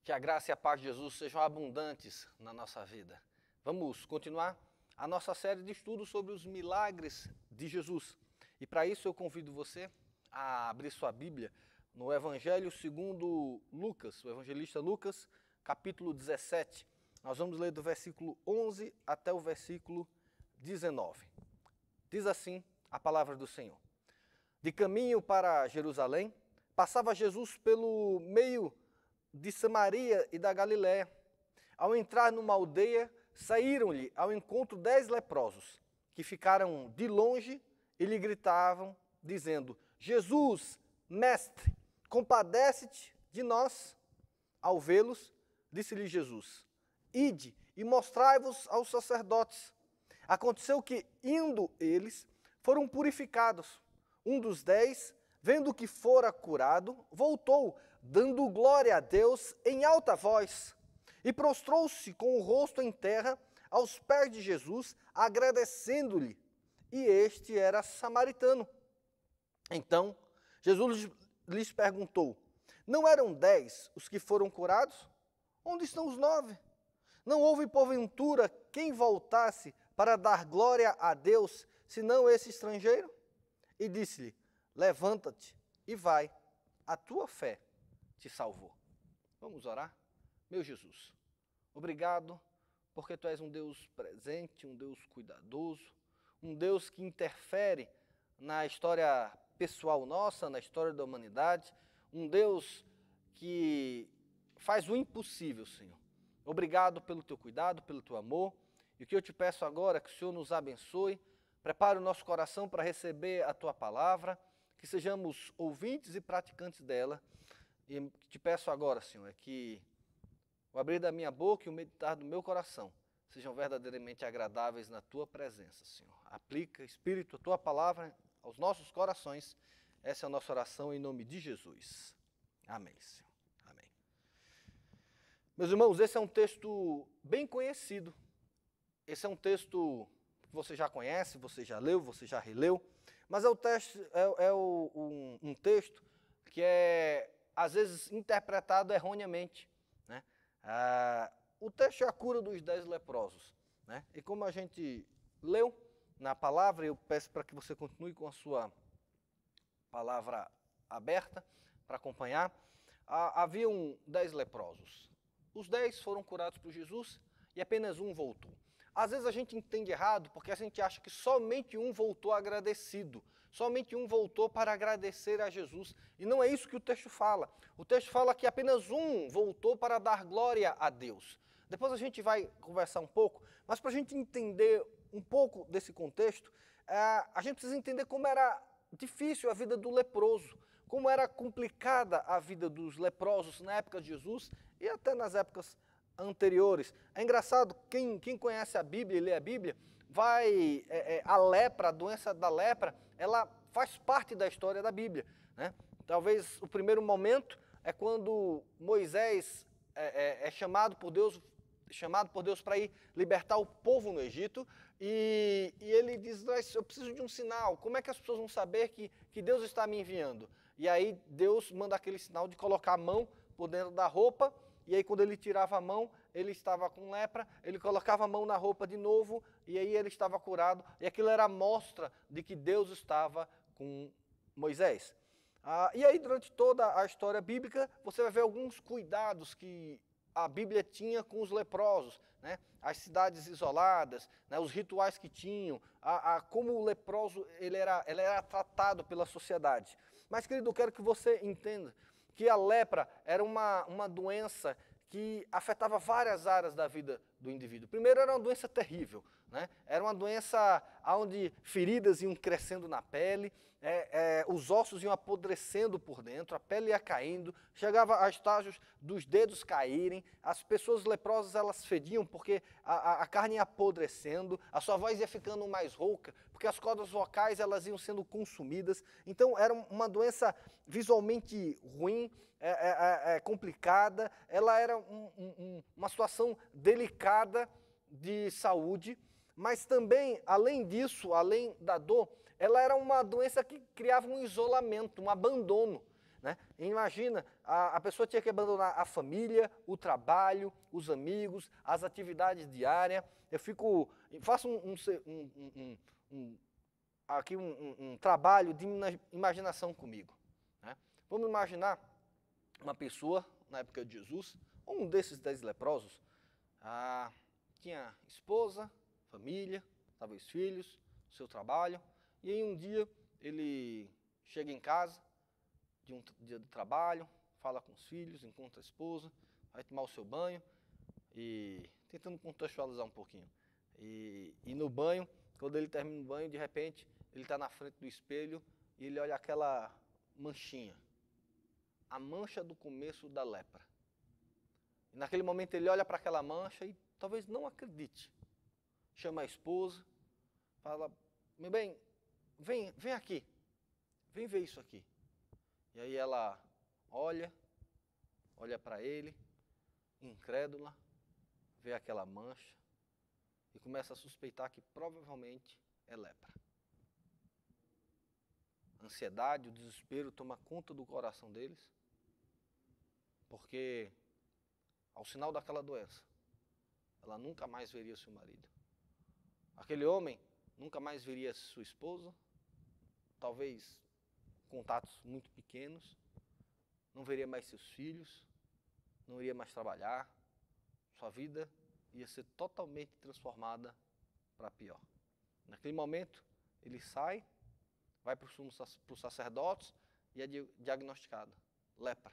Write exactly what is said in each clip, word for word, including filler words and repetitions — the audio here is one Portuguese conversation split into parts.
Que a graça e a paz de Jesus sejam abundantes na nossa vida. Vamos continuar a nossa série de estudos sobre os milagres de Jesus. E para isso eu convido você a abrir sua Bíblia no Evangelho segundo Lucas, o evangelista Lucas, capítulo dezessete. Nós vamos ler do versículo onze até o versículo dezenove. Diz assim a palavra do Senhor. De caminho para Jerusalém, passava Jesus pelo meio de Samaria e da Galiléia. Ao entrar numa aldeia, saíram-lhe ao encontro dez leprosos, que ficaram de longe e lhe gritavam, dizendo: Jesus, mestre, compadece-te de nós. Ao vê-los, disse-lhe Jesus: Ide e mostrai-vos aos sacerdotes. Aconteceu que, indo eles, foram purificados. Um dos dez, vendo que fora curado, voltou, dando glória a Deus em alta voz, e prostrou-se com o rosto em terra aos pés de Jesus, agradecendo-lhe. E este era samaritano. Então, Jesus lhes perguntou: Não eram dez os que foram curados? Onde estão os nove? Não houve, porventura, quem voltasse para dar glória a Deus, senão esse estrangeiro? E disse-lhe: Levanta-te e vai, a tua fé te salvou. Vamos orar? Meu Jesus, obrigado porque Tu és um Deus presente, um Deus cuidadoso, um Deus que interfere na história pessoal nossa, na história da humanidade, um Deus que faz o impossível, Senhor. Obrigado pelo Teu cuidado, pelo Teu amor, e o que eu Te peço agora é que o Senhor nos abençoe, prepare o nosso coração para receber a Tua palavra, que sejamos ouvintes e praticantes dela. E te peço agora, Senhor, é que o abrir da minha boca e o meditar do meu coração sejam verdadeiramente agradáveis na Tua presença, Senhor. Aplica, Espírito, a Tua palavra aos nossos corações. Essa é a nossa oração em nome de Jesus. Amém, Senhor. Amém. Meus irmãos, esse é um texto bem conhecido. Esse é um texto que você já conhece, você já leu, você já releu. Mas é, o texto, é, é o, um, um texto que é, às vezes, interpretado erroneamente. Né? Ah, o texto é a cura dos dez leprosos. Né? E como a gente leu na palavra, eu peço para que você continue com a sua palavra aberta para acompanhar. Ah, haviam dez leprosos. Os dez foram curados por Jesus e apenas um voltou. Às vezes a gente entende errado porque a gente acha que somente um voltou agradecido, somente um voltou para agradecer a Jesus. E não é isso que o texto fala. O texto fala que apenas um voltou para dar glória a Deus. Depois a gente vai conversar um pouco, mas para a gente entender um pouco desse contexto, a gente precisa entender como era difícil a vida do leproso, como era complicada a vida dos leprosos na época de Jesus e até nas épocas anteriores. É engraçado, quem, quem conhece a Bíblia e lê a Bíblia, vai, é, é, a lepra, a doença da lepra, ela faz parte da história da Bíblia. Né? Talvez o primeiro momento é quando Moisés é, é, é chamado por Deus, chamado por Deus para ir libertar o povo no Egito, e, e ele diz: eu preciso de um sinal, como é que as pessoas vão saber que, que Deus está me enviando? E aí Deus manda aquele sinal de colocar a mão por dentro da roupa. E aí quando ele tirava a mão, ele estava com lepra, ele colocava a mão na roupa de novo, e aí ele estava curado. E aquilo era a mostra de que Deus estava com Moisés. Ah, e aí durante toda a história bíblica, você vai ver alguns cuidados que a Bíblia tinha com os leprosos. Né? As cidades isoladas, né? Os rituais que tinham, a, a, como o leproso ele era, ele era tratado pela sociedade. Mas, querido, eu quero que você entenda que a lepra era uma, uma doença que afetava várias áreas da vida do indivíduo. Primeiro, era uma doença terrível. Né? Era uma doença onde feridas iam crescendo na pele, é, é, os ossos iam apodrecendo por dentro, a pele ia caindo, chegava a estágios dos dedos caírem, as pessoas leprosas elas fediam porque a, a, a carne ia apodrecendo, a sua voz ia ficando mais rouca, porque as cordas vocais elas iam sendo consumidas. Então era uma doença visualmente ruim, é, é, é, complicada, ela era um, um, uma situação delicada de saúde, mas também, além disso, além da dor, ela era uma doença que criava um isolamento, um abandono. né? Imagina, a, a pessoa tinha que abandonar a família, o trabalho, os amigos, as atividades diárias. Eu fico, faço um, um, um, um, um, aqui um, um, um trabalho de imaginação comigo, né? Vamos imaginar uma pessoa, na época de Jesus, um desses dez leprosos, ah, tinha esposa, família, talvez filhos, seu trabalho, e aí um dia ele chega em casa, de um dia de trabalho, fala com os filhos, encontra a esposa, vai tomar o seu banho, e tentando contextualizar um pouquinho, e, e no banho, quando ele termina o banho, de repente, ele está na frente do espelho, e ele olha aquela manchinha, a mancha do começo da lepra. E naquele momento ele olha para aquela mancha e talvez não acredite. Chama a esposa, fala, meu bem, vem, vem aqui, vem ver isso aqui. E aí ela olha, olha para ele, incrédula, vê aquela mancha e começa a suspeitar que provavelmente é lepra. A ansiedade, o desespero toma conta do coração deles, porque ao sinal daquela doença, ela nunca mais veria seu marido. Aquele homem nunca mais veria sua esposa, talvez contatos muito pequenos, não veria mais seus filhos, não iria mais trabalhar, sua vida ia ser totalmente transformada para pior. Naquele momento, ele sai, vai para os sacerdotes e é diagnosticado, lepra.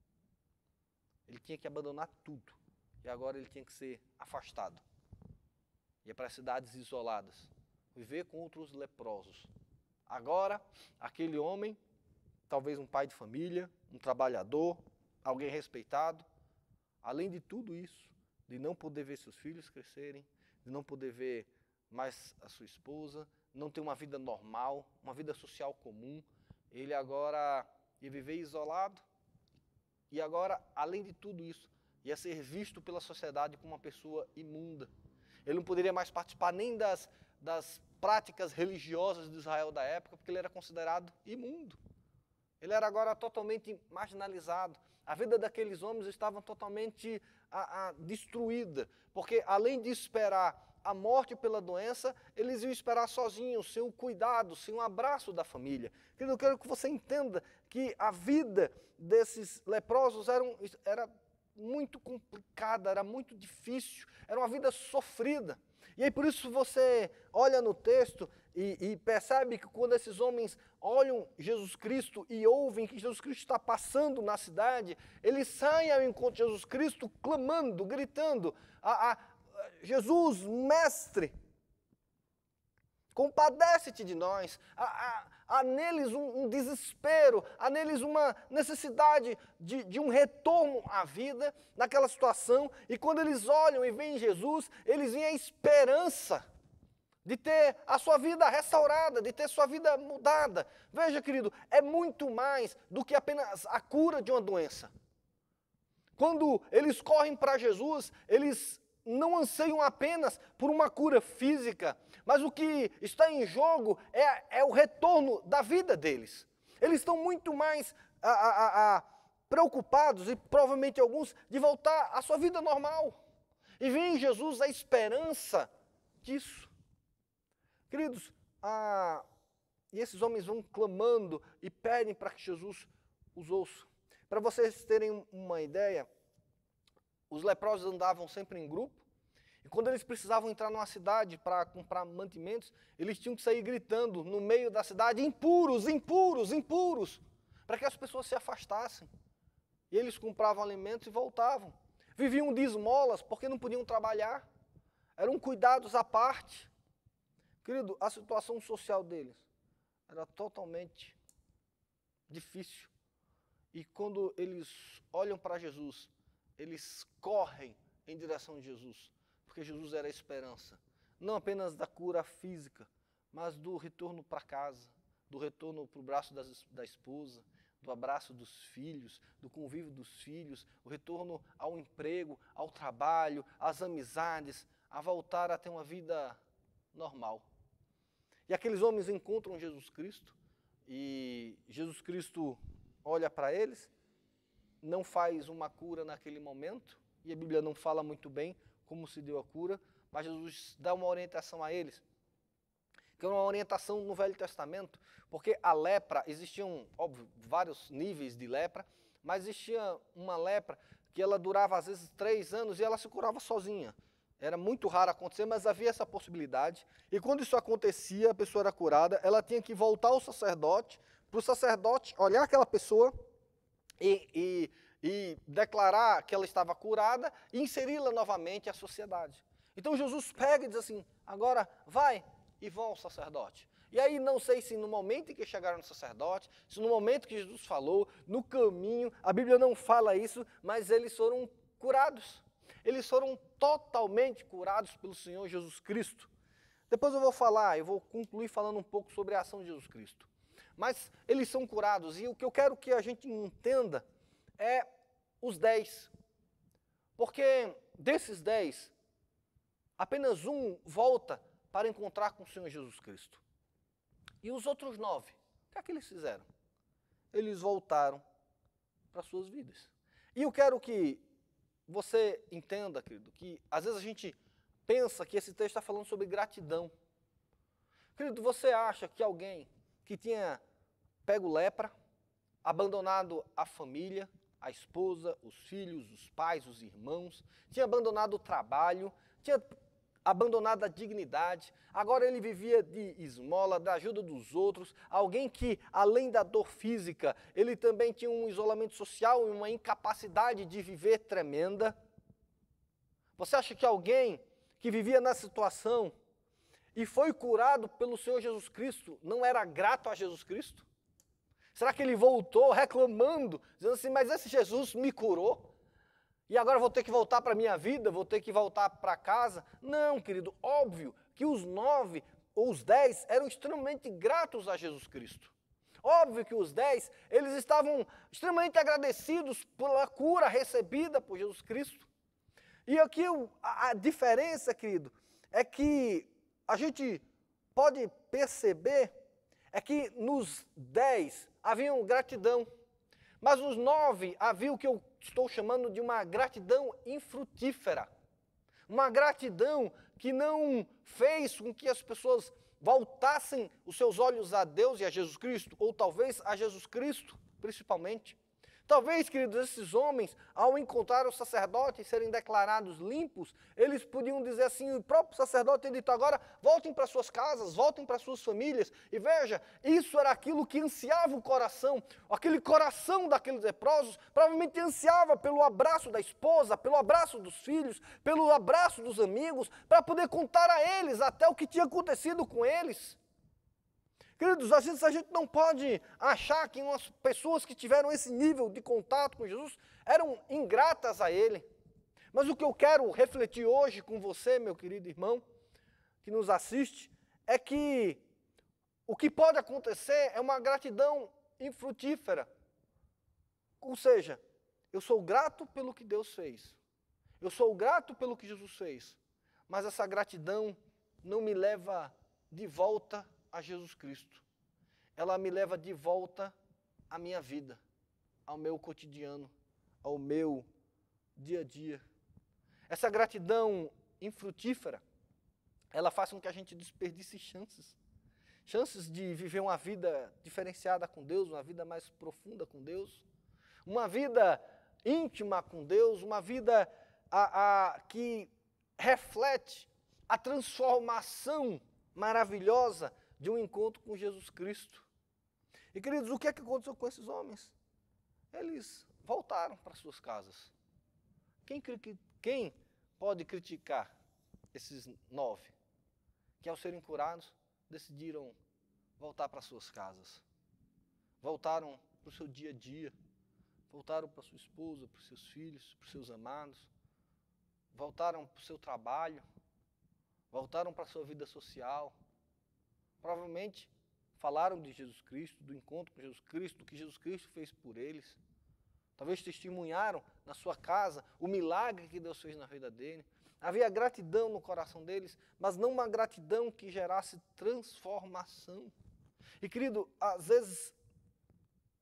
Ele tinha que abandonar tudo, e agora ele tinha que ser afastado. Ia para cidades isoladas, viver com outros leprosos. Agora, aquele homem, talvez um pai de família, um trabalhador, alguém respeitado, além de tudo isso, de não poder ver seus filhos crescerem, de não poder ver mais a sua esposa, não ter uma vida normal, uma vida social comum, ele agora ia viver isolado, e agora, além de tudo isso, ia ser visto pela sociedade como uma pessoa imunda. Ele não poderia mais participar nem das, das práticas religiosas de Israel da época, porque ele era considerado imundo. Ele era agora totalmente marginalizado. A vida daqueles homens estava totalmente a, a, destruída, porque além de esperar a morte pela doença, eles iam esperar sozinhos, sem o cuidado, sem o abraço da família. Eu quero que você entenda que a vida desses leprosos era, um, era muito complicada, era muito difícil, era uma vida sofrida. E aí por isso você olha no texto e, e percebe que quando esses homens olham Jesus Cristo e ouvem que Jesus Cristo está passando na cidade, eles saem ao encontro de Jesus Cristo clamando, gritando, a, a, Jesus, mestre, compadece-te de nós. Há, há, há neles um, um desespero, há neles uma necessidade de, de um retorno à vida naquela situação. E quando eles olham e veem Jesus, eles veem a esperança de ter a sua vida restaurada, de ter sua vida mudada. Veja, querido, é muito mais do que apenas a cura de uma doença. Quando eles correm para Jesus, eles não anseiam apenas por uma cura física, mas o que está em jogo é, é o retorno da vida deles. Eles estão muito mais a, a, a, preocupados, e provavelmente alguns, de voltar à sua vida normal. E vem em Jesus a esperança disso. Queridos, a, e esses homens vão clamando e pedem para que Jesus os ouça. Para vocês terem uma ideia, os leprosos andavam sempre em grupo, e quando eles precisavam entrar numa cidade para comprar mantimentos, eles tinham que sair gritando no meio da cidade, impuros, impuros, impuros, para que as pessoas se afastassem. E eles compravam alimentos e voltavam. Viviam de esmolas porque não podiam trabalhar, eram cuidados à parte. Querido, a situação social deles era totalmente difícil. E quando eles olham para Jesus, eles correm em direção de Jesus, porque Jesus era a esperança, não apenas da cura física, mas do retorno para casa, do retorno para o braço das, da esposa, do abraço dos filhos, do convívio dos filhos, o retorno ao emprego, ao trabalho, às amizades, a voltar a ter uma vida normal. E aqueles homens encontram Jesus Cristo, e Jesus Cristo olha para eles, não faz uma cura naquele momento, e a Bíblia não fala muito bem como se deu a cura, mas Jesus dá uma orientação a eles, que é uma orientação no Velho Testamento, porque a lepra, existiam, óbvio, vários níveis de lepra, mas existia uma lepra que ela durava às vezes três anos e ela se curava sozinha. Era muito raro acontecer, mas havia essa possibilidade. E quando isso acontecia, a pessoa era curada, ela tinha que voltar ao sacerdote, para o sacerdote olhar aquela pessoa e, e, e declarar que ela estava curada e inseri-la novamente à sociedade. Então Jesus pega e diz assim, agora vai e vão ao sacerdote. E aí não sei se no momento em que chegaram no sacerdote, se no momento que Jesus falou, no caminho, a Bíblia não fala isso, mas eles foram curados. Eles foram totalmente curados pelo Senhor Jesus Cristo. Depois eu vou falar, eu vou concluir falando um pouco sobre a ação de Jesus Cristo. Mas eles são curados e o que eu quero que a gente entenda é os dez. Porque desses dez, apenas um volta para encontrar com o Senhor Jesus Cristo. E os outros nove, o que é que eles fizeram? Eles voltaram para suas vidas. E eu quero que você entenda, querido, que às vezes a gente pensa que esse texto está falando sobre gratidão. Querido, você acha que alguém que tinha pego lepra, abandonado a família, a esposa, os filhos, os pais, os irmãos, tinha abandonado o trabalho, tinha abandonado a dignidade, agora ele vivia de esmola, da ajuda dos outros, alguém que, além da dor física, ele também tinha um isolamento social e uma incapacidade de viver tremenda. Você acha que alguém que vivia nessa situação e foi curado pelo Senhor Jesus Cristo não era grato a Jesus Cristo? Será que ele voltou reclamando, dizendo assim, mas esse Jesus me curou? E agora vou ter que voltar para a minha vida, vou ter que voltar para casa? Não, querido, óbvio que os nove ou os dez eram extremamente gratos a Jesus Cristo. Óbvio que os dez, eles estavam extremamente agradecidos pela cura recebida por Jesus Cristo. E aqui a, a diferença, querido, é que a gente pode perceber é que nos dez havia gratidão, mas nos nove havia o que eu estou chamando de uma gratidão infrutífera. Uma gratidão que não fez com que as pessoas voltassem os seus olhos a Deus e a Jesus Cristo, ou talvez a Jesus Cristo, principalmente. Talvez, queridos, esses homens, ao encontrar o sacerdote e serem declarados limpos, eles podiam dizer assim, o próprio sacerdote tinha dito agora, voltem para suas casas, voltem para suas famílias. E veja, isso era aquilo que ansiava o coração, aquele coração daqueles leprosos, provavelmente ansiava pelo abraço da esposa, pelo abraço dos filhos, pelo abraço dos amigos, para poder contar a eles até o que tinha acontecido com eles. Queridos, às vezes a gente não pode achar que umas pessoas que tiveram esse nível de contato com Jesus eram ingratas a Ele. Mas o que eu quero refletir hoje com você, meu querido irmão, que nos assiste, é que o que pode acontecer é uma gratidão infrutífera. Ou seja, eu sou grato pelo que Deus fez. Eu sou grato pelo que Jesus fez. Mas essa gratidão não me leva de volta a Jesus Cristo. Ela me leva de volta à minha vida, ao meu cotidiano, ao meu dia a dia. Essa gratidão infrutífera, ela faz com que a gente desperdice chances. Chances de viver uma vida diferenciada com Deus, uma vida mais profunda com Deus, uma vida íntima com Deus, uma vida a, a, que reflete a transformação maravilhosa de um encontro com Jesus Cristo. E, queridos, o que é que aconteceu com esses homens? Eles voltaram para suas casas. Quem, quem pode criticar esses nove que, ao serem curados, decidiram voltar para suas casas? Voltaram para o seu dia a dia, voltaram para sua esposa, para os seus filhos, para os seus amados, voltaram para o seu trabalho, voltaram para a sua vida social. Provavelmente falaram de Jesus Cristo, do encontro com Jesus Cristo, do que Jesus Cristo fez por eles. Talvez testemunharam na sua casa o milagre que Deus fez na vida dele. Havia gratidão no coração deles, mas não uma gratidão que gerasse transformação. E, querido, às vezes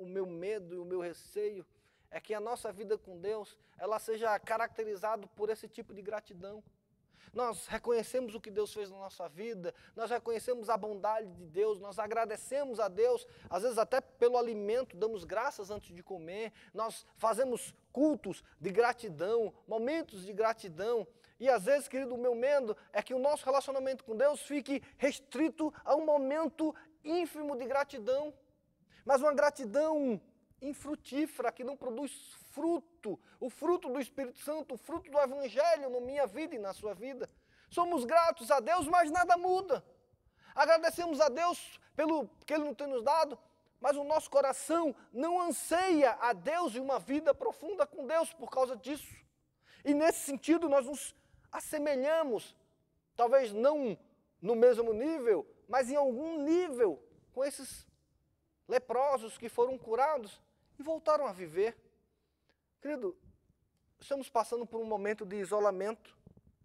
o meu medo e o meu receio é que a nossa vida com Deus, ela seja caracterizada por esse tipo de gratidão. Nós reconhecemos o que Deus fez na nossa vida, nós reconhecemos a bondade de Deus, nós agradecemos a Deus, às vezes até pelo alimento, damos graças antes de comer, nós fazemos cultos de gratidão, momentos de gratidão, e às vezes, querido, o meu medo é que o nosso relacionamento com Deus fique restrito a um momento ínfimo de gratidão, mas uma gratidão infrutífera, que não produz fruto, o fruto do Espírito Santo, o fruto do Evangelho na minha vida e na sua vida. Somos gratos a Deus, mas nada muda. Agradecemos a Deus pelo que Ele não tem nos dado, mas o nosso coração não anseia a Deus e uma vida profunda com Deus por causa disso. E nesse sentido nós nos assemelhamos, talvez não no mesmo nível, mas em algum nível com esses leprosos que foram curados e voltaram a viver. Querido, estamos passando por um momento de isolamento,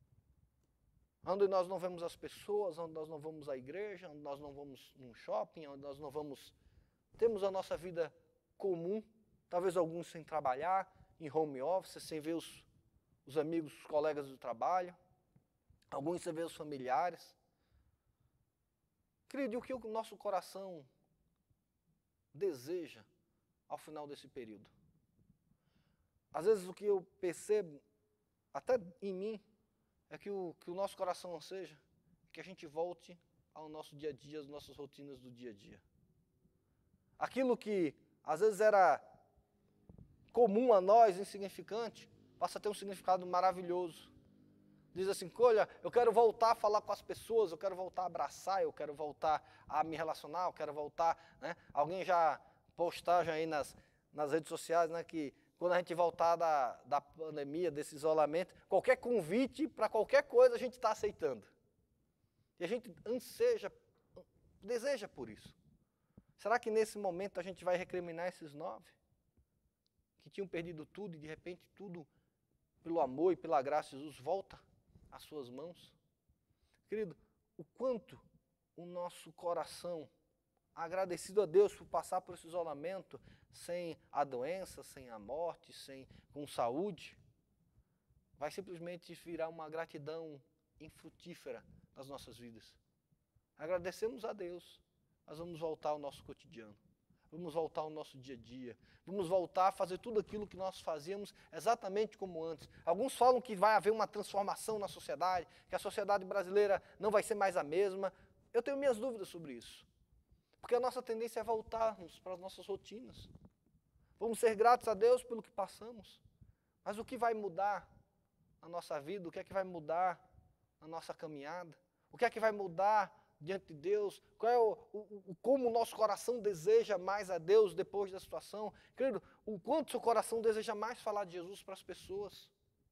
onde nós não vemos as pessoas, onde nós não vamos à igreja, onde nós não vamos num shopping, onde nós não vamos... Temos a nossa vida comum, talvez alguns sem trabalhar, em home office, sem ver os, os amigos, os colegas do trabalho, alguns sem ver os familiares. Querido, e o que o nosso coração deseja ao final desse período? Às vezes o que eu percebo, até em mim, é que o, que o nosso coração não seja, que a gente volte ao nosso dia a dia, às nossas rotinas do dia a dia. Aquilo que às vezes era comum a nós, insignificante, passa a ter um significado maravilhoso. Diz assim, olha, eu quero voltar a falar com as pessoas, eu quero voltar a abraçar, eu quero voltar a me relacionar, eu quero voltar, né? Alguém já postagem aí nas, nas redes sociais, né, que quando a gente voltar da, da pandemia, desse isolamento, qualquer convite para qualquer coisa a gente está aceitando. E a gente anseja, deseja por isso. Será que nesse momento a gente vai recriminar esses nove? Que tinham perdido tudo e de repente tudo, pelo amor e pela graça de Jesus, volta às suas mãos? Querido, o quanto o nosso coração, agradecido a Deus por passar por esse isolamento, sem a doença, sem a morte, sem, com saúde, vai simplesmente virar uma gratidão infrutífera nas nossas vidas. Agradecemos a Deus, mas vamos voltar ao nosso cotidiano, vamos voltar ao nosso dia a dia, vamos voltar a fazer tudo aquilo que nós fazíamos exatamente como antes. Alguns falam que vai haver uma transformação na sociedade, que a sociedade brasileira não vai ser mais a mesma. Eu tenho minhas dúvidas sobre isso, porque a nossa tendência é voltarmos para as nossas rotinas. Vamos ser gratos a Deus pelo que passamos, mas o que vai mudar na nossa vida, o que é que vai mudar na nossa caminhada, o que é que vai mudar diante de Deus, qual é o, o, o, como o nosso coração deseja mais a Deus depois da situação. Querido, o quanto seu coração deseja mais falar de Jesus para as pessoas.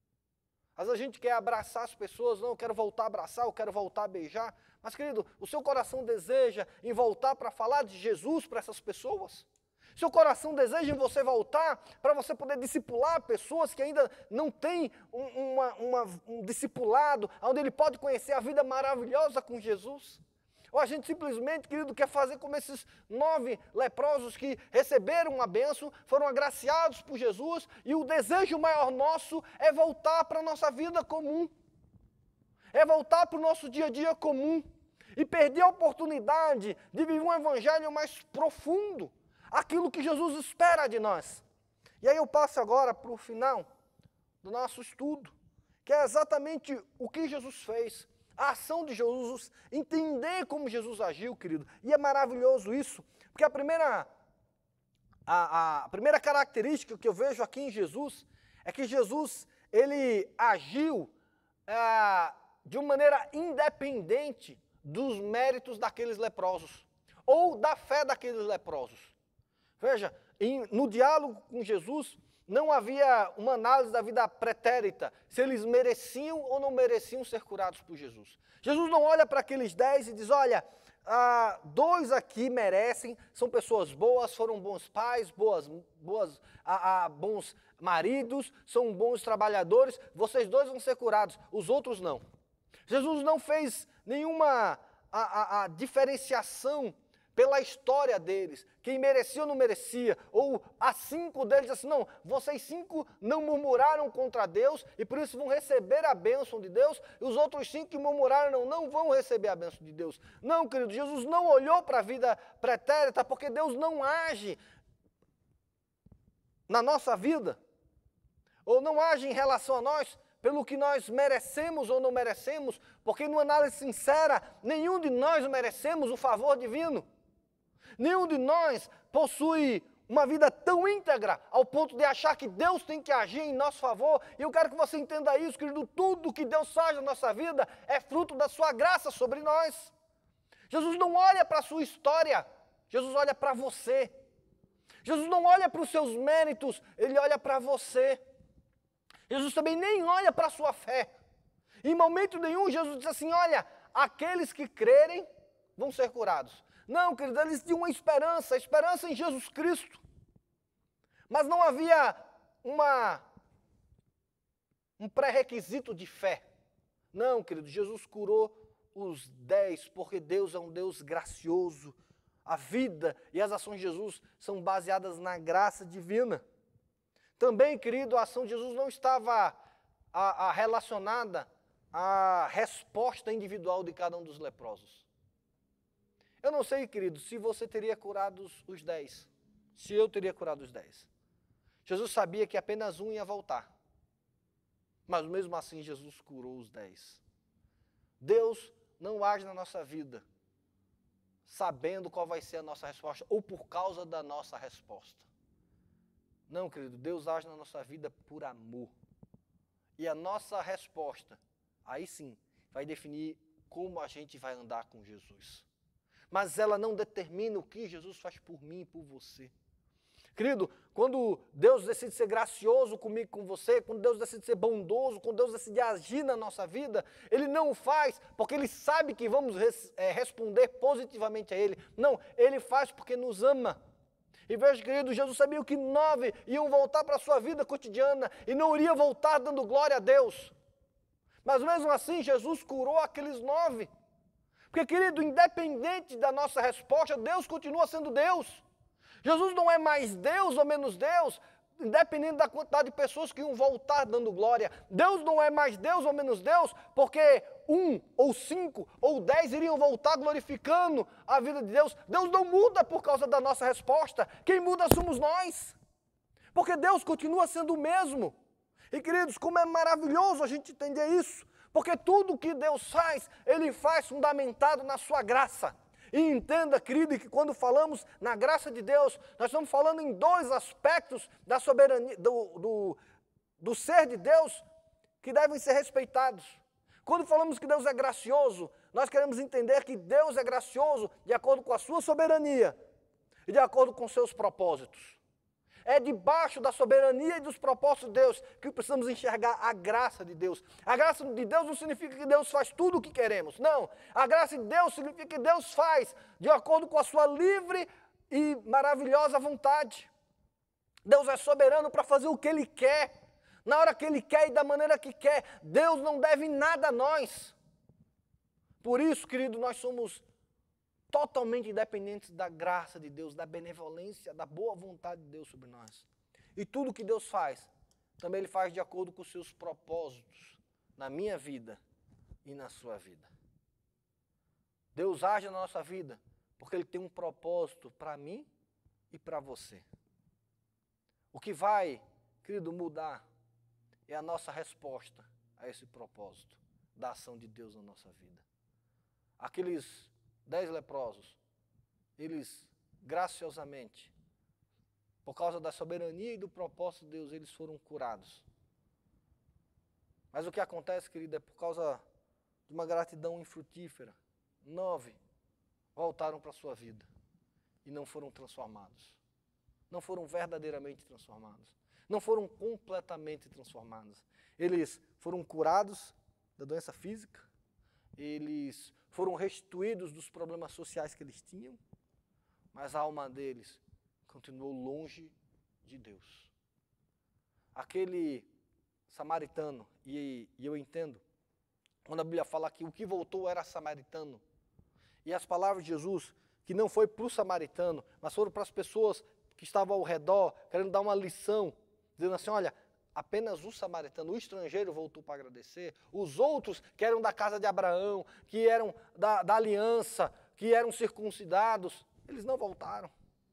Às vezes a gente quer abraçar as pessoas, não, eu quero voltar a abraçar, eu quero voltar a beijar, mas querido, o seu coração deseja em voltar para falar de Jesus para essas pessoas? Seu coração deseja em você voltar para você poder discipular pessoas que ainda não têm um, uma, uma, um discipulado, onde ele pode conhecer a vida maravilhosa com Jesus? Ou a gente simplesmente, querido, quer fazer como esses nove leprosos que receberam a bênção, foram agraciados por Jesus, e o desejo maior nosso é voltar para a nossa vida comum, é voltar para o nosso dia a dia comum, e perder a oportunidade de viver um evangelho mais profundo, aquilo que Jesus espera de nós. E aí eu passo agora para o final do nosso estudo, que é exatamente o que Jesus fez, a ação de Jesus, entender como Jesus agiu, querido. E é maravilhoso isso, porque a primeira, a, a primeira característica que eu vejo aqui em Jesus é que Jesus, ele agiu é, de uma maneira independente dos méritos daqueles leprosos, ou da fé daqueles leprosos. Veja, em, no diálogo com Jesus, não havia uma análise da vida pretérita, se eles mereciam ou não mereciam ser curados por Jesus. Jesus não olha para aqueles dez e diz, olha, ah, dois aqui merecem, são pessoas boas, foram bons pais, boas, boas, ah, ah, bons maridos, são bons trabalhadores, vocês dois vão ser curados, os outros não. Jesus não fez nenhuma a, a, a diferenciação pela história deles, quem merecia ou não merecia, ou as cinco deles assim, não, vocês cinco não murmuraram contra Deus e por isso vão receber a bênção de Deus, e os outros cinco que murmuraram não, não vão receber a bênção de Deus. Não, querido, Jesus não olhou para a vida pretérita, porque Deus não age na nossa vida, ou não age em relação a nós, pelo que nós merecemos ou não merecemos, porque numa análise sincera, nenhum de nós merecemos o favor divino. Nenhum de nós possui uma vida tão íntegra ao ponto de achar que Deus tem que agir em nosso favor. E eu quero que você entenda isso, querido, tudo que Deus faz na nossa vida é fruto da sua graça sobre nós. Jesus não olha para a sua história, Jesus olha para você. Jesus não olha para os seus méritos, Ele olha para você. Jesus também nem olha para a sua fé. Em momento nenhum, Jesus diz assim, olha, aqueles que crerem vão ser curados. Não, querido, eles tinham uma esperança, esperança em Jesus Cristo. Mas não havia uma, um pré-requisito de fé. Não, querido, Jesus curou os dez, porque Deus é um Deus gracioso. A vida e as ações de Jesus são baseadas na graça divina. Também, querido, a ação de Jesus não estava a, a relacionada à resposta individual de cada um dos leprosos. Eu não sei, querido, se você teria curado os, os dez, se eu teria curado os dez. Jesus sabia que apenas um ia voltar, mas mesmo assim Jesus curou os dez. Deus não age na nossa vida sabendo qual vai ser a nossa resposta ou por causa da nossa resposta. Não, querido, Deus age na nossa vida por amor. E a nossa resposta, aí sim, vai definir como a gente vai andar com Jesus. Mas ela não determina o que Jesus faz por mim e por você. Querido, quando Deus decide ser gracioso comigo e com você, quando Deus decide ser bondoso, quando Deus decide agir na nossa vida, Ele não o faz porque Ele sabe que vamos res, é, responder positivamente a Ele. Não, Ele faz porque nos ama. E veja, querido, Jesus sabia que nove iam voltar para a sua vida cotidiana e não iria voltar dando glória a Deus. Mas mesmo assim, Jesus curou aqueles nove. Porque, querido, independente da nossa resposta, Deus continua sendo Deus. Jesus não é mais Deus ou menos Deus, independente da quantidade de pessoas que iam voltar dando glória. Deus não é mais Deus ou menos Deus, porque um, ou cinco, ou dez iriam voltar glorificando a vida de Deus. Deus não muda por causa da nossa resposta. Quem muda somos nós. Porque Deus continua sendo o mesmo. E, queridos, como é maravilhoso a gente entender isso. Porque tudo que Deus faz, Ele faz fundamentado na sua graça. E entenda, querido, que quando falamos na graça de Deus, nós estamos falando em dois aspectos da soberania, do, do, do ser de Deus, que devem ser respeitados. Quando falamos que Deus é gracioso, nós queremos entender que Deus é gracioso de acordo com a sua soberania e de acordo com seus propósitos. É debaixo da soberania e dos propósitos de Deus que precisamos enxergar a graça de Deus. A graça de Deus não significa que Deus faz tudo o que queremos. Não. A graça de Deus significa que Deus faz de acordo com a sua livre e maravilhosa vontade. Deus é soberano para fazer o que Ele quer, na hora que Ele quer e da maneira que quer. Deus não deve nada a nós. Por isso, querido, nós somos totalmente independentes da graça de Deus, da benevolência, da boa vontade de Deus sobre nós. E tudo que Deus faz, também Ele faz de acordo com os seus propósitos, na minha vida e na sua vida. Deus age na nossa vida, porque Ele tem um propósito para mim e para você. O que vai, querido, mudar é a nossa resposta a esse propósito da ação de Deus na nossa vida. Aqueles dez leprosos, eles graciosamente, por causa da soberania e do propósito de Deus, eles foram curados. Mas o que acontece, querido, é por causa de uma gratidão infrutífera. Nove voltaram para a sua vida e não foram transformados. Não foram verdadeiramente transformados. Não foram completamente transformados. Eles foram curados da doença física, eles foram restituídos dos problemas sociais que eles tinham, mas a alma deles continuou longe de Deus. Aquele samaritano, e, e eu entendo, quando a Bíblia fala que o que voltou era samaritano, e as palavras de Jesus, que não foi para o samaritano, mas foram para as pessoas que estavam ao redor, querendo dar uma lição, dizendo assim, olha, apenas o samaritano, o estrangeiro voltou para agradecer, os outros que eram da casa de Abraão, que eram da, da aliança, que eram circuncidados, eles não voltaram.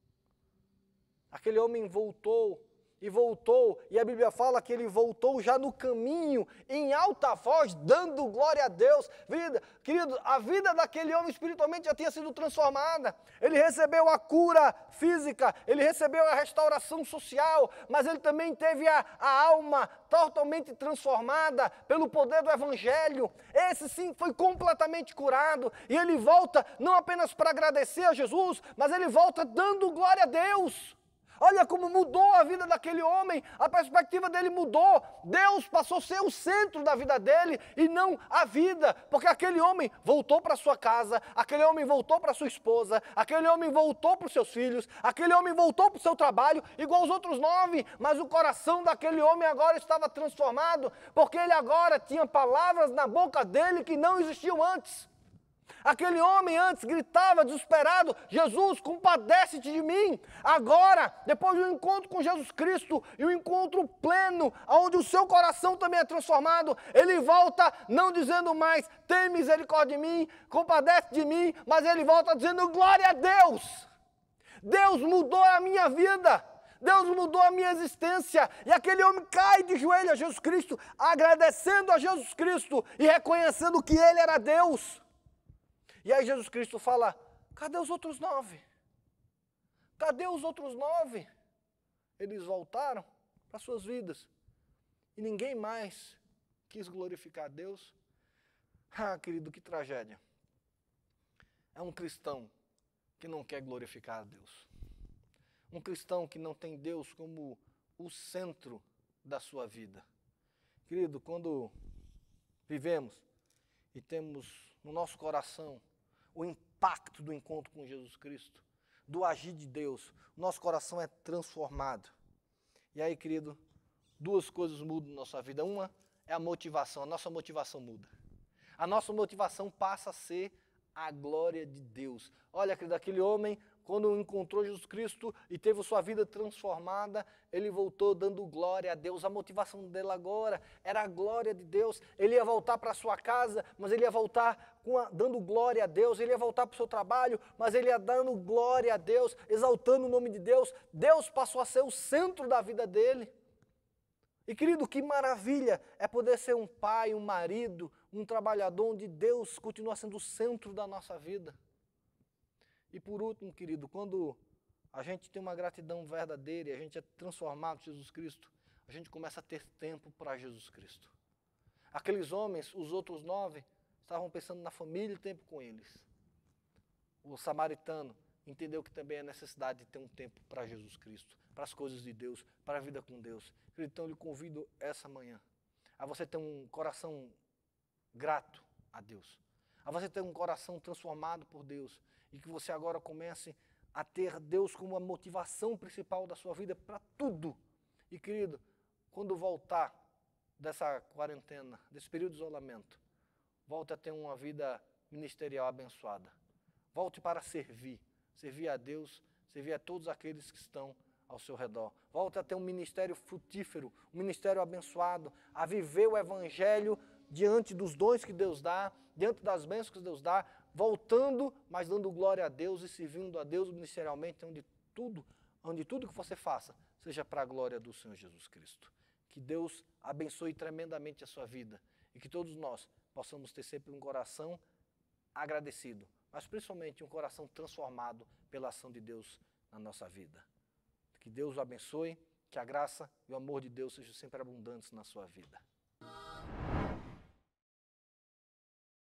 Aquele homem voltou, e voltou, e a Bíblia fala que ele voltou já no caminho, em alta voz, dando glória a Deus. Vida, querido, a vida daquele homem espiritualmente já tinha sido transformada. Ele recebeu a cura física, ele recebeu a restauração social, mas ele também teve a, a alma totalmente transformada pelo poder do Evangelho. Esse sim foi completamente curado, e ele volta não apenas para agradecer a Jesus, mas ele volta dando glória a Deus. Olha como mudou a vida daquele homem, a perspectiva dele mudou. Deus passou a ser o centro da vida dele e não a vida, porque aquele homem voltou para sua casa, aquele homem voltou para sua esposa, aquele homem voltou para os seus filhos, aquele homem voltou para o seu trabalho, igual os outros nove, mas o coração daquele homem agora estava transformado, porque ele agora tinha palavras na boca dele que não existiam antes. Aquele homem antes gritava desesperado, Jesus, compadece-te de mim. Agora, depois do encontro com Jesus Cristo e o encontro pleno, onde o seu coração também é transformado, ele volta não dizendo mais, tem misericórdia de mim, compadece de mim, mas ele volta dizendo, glória a Deus. Deus mudou a minha vida. Deus mudou a minha existência, e aquele homem cai de joelho a Jesus Cristo, agradecendo a Jesus Cristo e reconhecendo que ele era Deus. E aí Jesus Cristo fala, cadê os outros nove? Cadê os outros nove? Eles voltaram para suas vidas. E ninguém mais quis glorificar a Deus. Ah, querido, que tragédia. É um cristão que não quer glorificar a Deus. Um cristão que não tem Deus como o centro da sua vida. Querido, quando vivemos e temos no nosso coração o impacto do encontro com Jesus Cristo, do agir de Deus, o nosso coração é transformado. E aí, querido, duas coisas mudam na nossa vida. Uma é a motivação, a nossa motivação muda. A nossa motivação passa a ser a glória de Deus. Olha, querido, aquele homem, quando encontrou Jesus Cristo e teve sua vida transformada, ele voltou dando glória a Deus. A motivação dele agora era a glória de Deus. Ele ia voltar para sua casa, mas ele ia voltar com a, dando glória a Deus. Ele ia voltar para o seu trabalho, mas ele ia dando glória a Deus, exaltando o nome de Deus. Deus passou a ser o centro da vida dele. E querido, que maravilha é poder ser um pai, um marido, um trabalhador onde Deus continua sendo o centro da nossa vida. E por último, querido, quando a gente tem uma gratidão verdadeira e a gente é transformado em Jesus Cristo, a gente começa a ter tempo para Jesus Cristo. Aqueles homens, os outros nove, estavam pensando na família e tempo com eles. O samaritano entendeu que também é necessidade de ter um tempo para Jesus Cristo, para as coisas de Deus, para a vida com Deus. Então, eu lhe convido essa manhã a você ter um coração grato a Deus, a você ter um coração transformado por Deus, e que você agora comece a ter Deus como a motivação principal da sua vida para tudo. E querido, quando voltar dessa quarentena, desse período de isolamento, volte a ter uma vida ministerial abençoada. Volte para servir, servir a Deus, servir a todos aqueles que estão ao seu redor. Volte a ter um ministério frutífero, um ministério abençoado, a viver o Evangelho diante dos dons que Deus dá, diante das bênçãos que Deus dá, voltando, mas dando glória a Deus e servindo a Deus ministerialmente, onde tudo, onde tudo que você faça seja para a glória do Senhor Jesus Cristo. Que Deus abençoe tremendamente a sua vida e que todos nós possamos ter sempre um coração agradecido, mas principalmente um coração transformado pela ação de Deus na nossa vida. Que Deus o abençoe, que a graça e o amor de Deus sejam sempre abundantes na sua vida.